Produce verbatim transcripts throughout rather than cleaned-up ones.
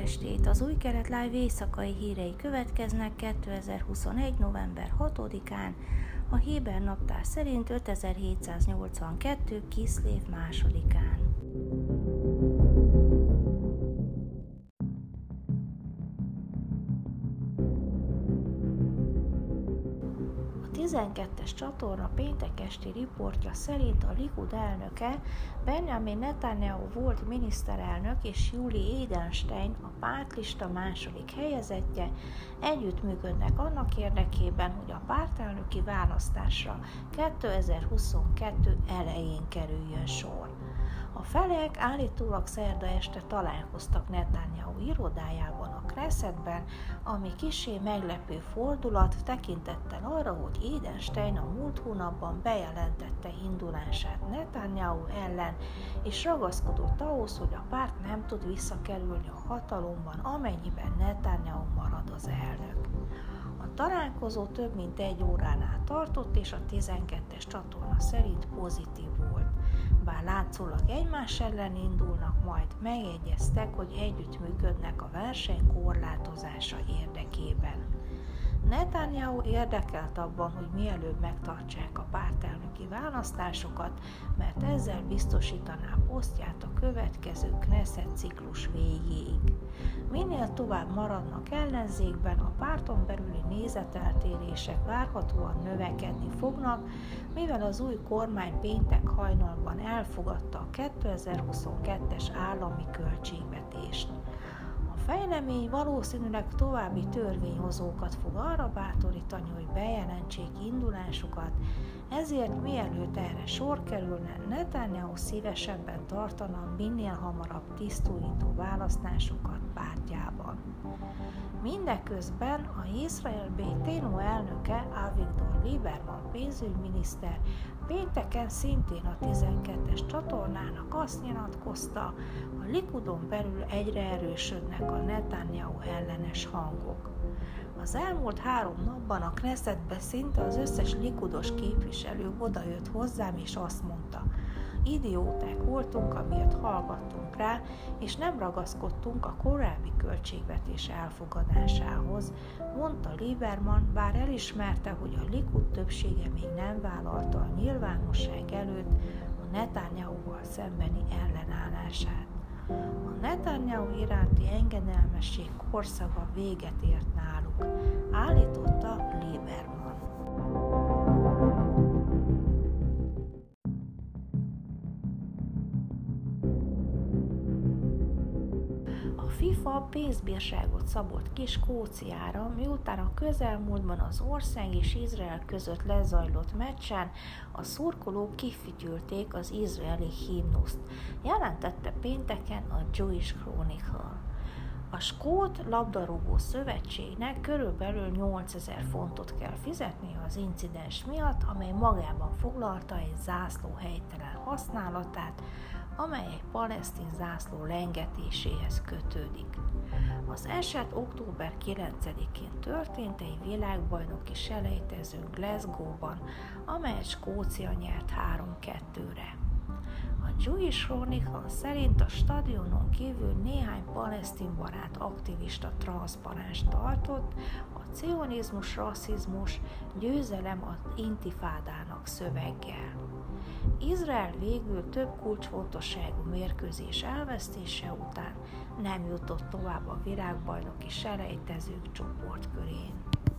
estét! Az Új Kelet Live éjszakai hírei következnek kétezer-huszonegy. november hatodikán, a héber naptár szerint ötezer-hétszáznyolcvankettő. Kiszlév másodikán. A tizenkettes csatorna péntek esti riportja szerint a Likud elnöke, Benjamin Netanyahu volt miniszterelnök és Yuli Edelstein, a pártlista második helyezettje, együttműködnek annak érdekében, hogy a pártelnöki választásra kétezer-huszonkettő elején kerüljön sor. A felek állítólag szerda este találkoztak Netanyahu irodájában a Knessetben, ami kissé meglepő fordulat tekintettel arra, hogy Edelstein a múlt hónapban bejelentette indulását Netanyahu ellen, és ragaszkodott ahhoz, hogy a párt nem tud visszakerülni a hatalomban, amennyiben Netanyahu marad az elnök. A találkozó több mint egy órán át tartott, és a tizenkettes csatorna szerint pozitív volt. Bár látszólag egymás ellen indulnak, majd megegyeztek, hogy együttműködnek a verseny korlátozása érdekében. Netanyahu érdekelt abban, hogy mielőbb megtartsák a pártelnöki választásokat, mert ezzel biztosítaná posztját a következő Knesset ciklus végéig. Minél tovább maradnak ellenzékben, a párton belüli nézeteltérések várhatóan növekedni fognak, mivel az új kormány péntek hajnalban elfogadta a kétezer-huszonkettes állami költségvetést. A fejlemény valószínűleg további törvényhozókat fog arra bátorítani, hogy bejelentsék indulásukat, ezért mielőtt erre sor kerülne, Netanyahu szívesebben tartana minél hamarabb tisztújító választásokat pártjában. Mindeközben a Izrael Béténó elnöke Avigdor Lieberman pénzügyminiszter pénteken szintén a tizenkettes csatornának azt nyilatkozta, a Likudon belül egyre erősödnek a Netanyahu ellenes hangok. Az elmúlt három napban a Knessetbe szinte az összes likudos képviselő odajött hozzám és azt mondta, idióták voltunk, amiért hallgattunk rá, és nem ragaszkodtunk a korábbi költségvetés elfogadásához, mondta Lieberman, bár elismerte, hogy a Likud többsége még nem vállalta a nyilvánosság előtt a Netanyahuval szembeni ellenállását. A Netanyahu iránti engedelmesség korszaka véget ért náluk, állította Lieberman. A FIFA pénzbírságot szabott ki Skóciára, miután a közelmúltban az ország és Izrael között lezajlott meccsen a szurkolók kifütyülték az izraeli himnuszt, jelentette pénteken a Jewish Chronicle. A Skót labdarúgó szövetségnek körülbelül nyolcezer fontot kell fizetnie az incidens miatt, amely magában foglalta egy zászló helytelen használatát, amely egy palesztin zászló lengetéséhez kötődik. Az eset október kilencedikén történt egy világbajnoki selejtezőn Glasgow-ban, amelyet Skócia nyert három kettőre. A Jewish Chronicle szerint a stadionon kívül néhány palesztinbarát aktivista transzparenst tartott, a cionizmus, rasszizmus, győzelem az intifádának szöveggel. Izrael végül több kulcsfontosságú mérkőzés elvesztése után nem jutott tovább a világbajnoki selejtezők csoportkörén.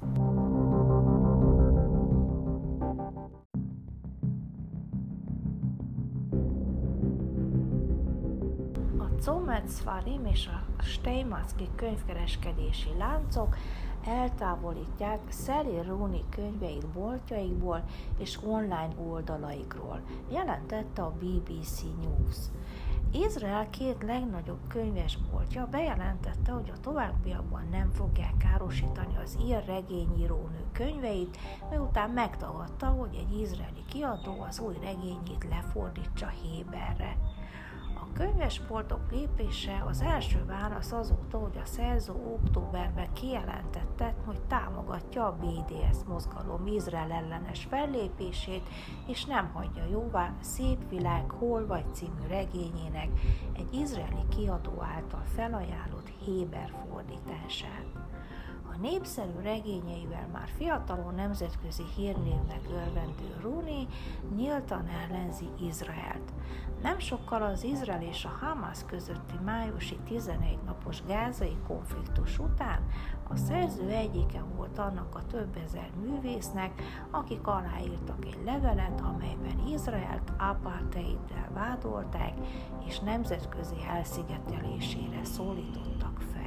A Zomet Sfarim és a Steinmatzki könyvkereskedési láncok eltávolítják Sally Rooney könyveit boltjaikból és online oldalaikról, jelentette a bé bé cé News. Izrael két legnagyobb könyvesboltja bejelentette, hogy a továbbiakban nem fogják károsítani az ír regényírónő könyveit, miután megtagadta, hogy egy izraeli kiadó az új regényét lefordítsa héberre. A könyvesboltok lépése az első válasz azóta, hogy a szerző októberben kijelentette, hogy támogatja a bé dé es mozgalom Izrael ellenes fellépését, és nem hagyja jóvá Szép világ hol vagy című regényének egy izraeli kiadó által felajánlott héber fordítását. A népszerű regényeivel már fiatalon nemzetközi hírnévnek örvendő Rooney nyíltan ellenzi Izraelt. Nem sokkal az Izrael és a Hamász közötti májusi tizenegy napos gázai konfliktus után a szerző egyike volt annak a több ezer művésznek, akik aláírtak egy levelet, amelyben Izraelt apartheiddel vádolták és nemzetközi elszigetelésére szólítottak fel.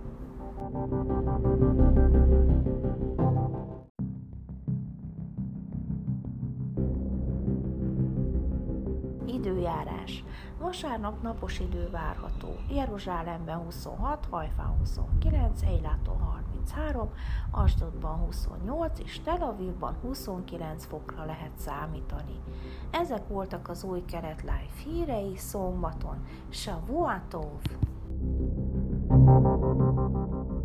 Időjárás. Vasárnap napos idő várható. Jeruzsálemben huszonhat, Hajfán huszonkilenc, Eiláton harminchárom, Asdodban huszonnyolc és Tel Avivban huszonkilenc fokra lehet számítani. Ezek voltak az új kelet live hírei szombaton. Shavua tov!